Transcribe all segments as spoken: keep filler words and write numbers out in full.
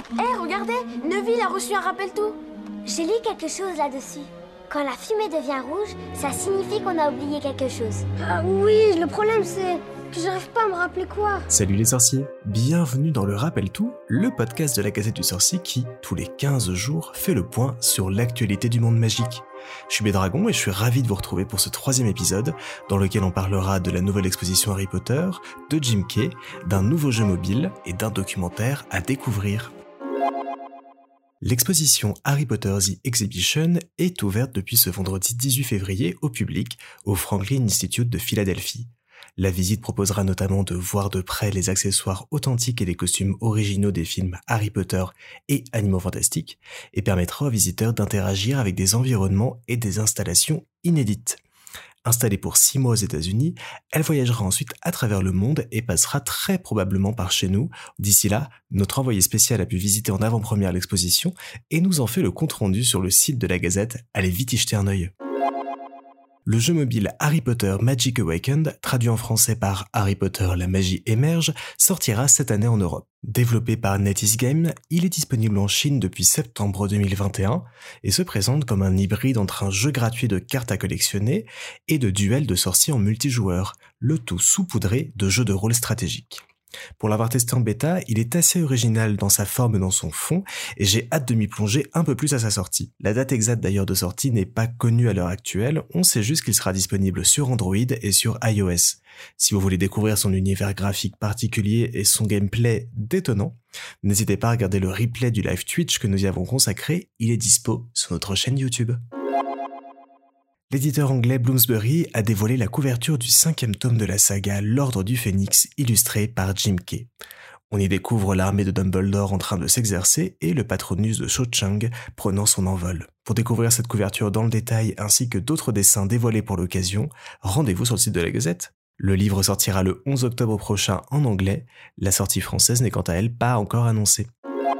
Hé, hey, regardez, Neville a reçu un rappel-tout. J'ai lu quelque chose là-dessus. Quand la fumée devient rouge, ça signifie qu'on a oublié quelque chose. Ah oui, le problème c'est que j'arrive pas à me rappeler quoi. Salut les sorciers, bienvenue dans le Rappel Tout, le podcast de la Gazette du Sorcier qui, tous les quinze jours, fait le point sur l'actualité du monde magique. Je suis Bédragon et je suis ravi de vous retrouver pour ce troisième épisode dans lequel on parlera de la nouvelle exposition Harry Potter, de Jim Kay, d'un nouveau jeu mobile et d'un documentaire à découvrir. L'exposition Harry Potter The Exhibition est ouverte depuis ce vendredi dix-huit février au public au Franklin Institute de Philadelphie. La visite proposera notamment de voir de près les accessoires authentiques et les costumes originaux des films Harry Potter et Animaux Fantastiques et permettra aux visiteurs d'interagir avec des environnements et des installations inédites. Installée pour six mois aux États-Unis, elle voyagera ensuite à travers le monde et passera très probablement par chez nous. D'ici là, notre envoyé spécial a pu visiter en avant-première l'exposition et nous en fait le compte-rendu sur le site de la Gazette. Allez vite y jeter un œil. Le jeu mobile Harry Potter Magic Awakened, traduit en français par Harry Potter La Magie Émerge, sortira cette année en Europe. Développé par NetEase Games, il est disponible en Chine depuis septembre deux mille vingt et un et se présente comme un hybride entre un jeu gratuit de cartes à collectionner et de duels de sorciers en multijoueur, le tout saupoudré de jeux de rôle stratégiques. Pour l'avoir testé en bêta, il est assez original dans sa forme et dans son fond, et j'ai hâte de m'y plonger un peu plus à sa sortie. La date exacte d'ailleurs de sortie n'est pas connue à l'heure actuelle, on sait juste qu'il sera disponible sur Android et sur iOS. Si vous voulez découvrir son univers graphique particulier et son gameplay détonnant, n'hésitez pas à regarder le replay du live Twitch que nous y avons consacré, il est dispo sur notre chaîne YouTube. L'éditeur anglais Bloomsbury a dévoilé la couverture du cinquième tome de la saga L'Ordre du Phénix, illustré par Jim Kay. On y découvre l'armée de Dumbledore en train de s'exercer et le Patronus de Cho Chang prenant son envol. Pour découvrir cette couverture dans le détail ainsi que d'autres dessins dévoilés pour l'occasion, rendez-vous sur le site de la Gazette. Le livre sortira le onze octobre prochain en anglais, la sortie française n'est quant à elle pas encore annoncée.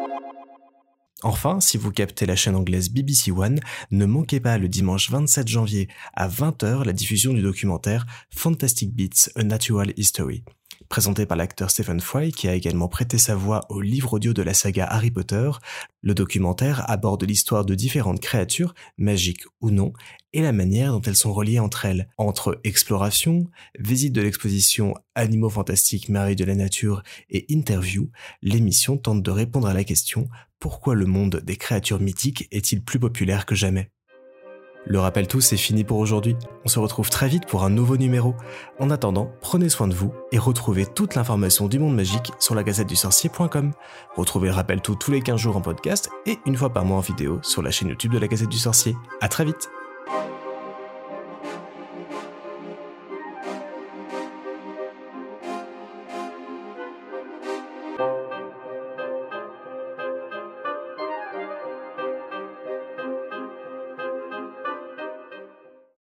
Enfin, si vous captez la chaîne anglaise B B C One, ne manquez pas le dimanche vingt-sept janvier à vingt heures la diffusion du documentaire Fantastic Beasts: A Natural History. Présenté par l'acteur Stephen Fry, qui a également prêté sa voix au livre audio de la saga Harry Potter, le documentaire aborde l'histoire de différentes créatures, magiques ou non, et la manière dont elles sont reliées entre elles. Entre exploration, visite de l'exposition Animaux Fantastiques, Merveilles de la Nature et interview, l'émission tente de répondre à la question « Pourquoi le monde des créatures mythiques est-il plus populaire que jamais ?» Le Rappel Tout, c'est fini pour aujourd'hui. On se retrouve très vite pour un nouveau numéro. En attendant, prenez soin de vous et retrouvez toute l'information du monde magique sur la gazette du sorcier point com. Retrouvez le Rappel Tout tous les quinze jours en podcast et une fois par mois en vidéo sur la chaîne YouTube de la Gazette du Sorcier. À très vite.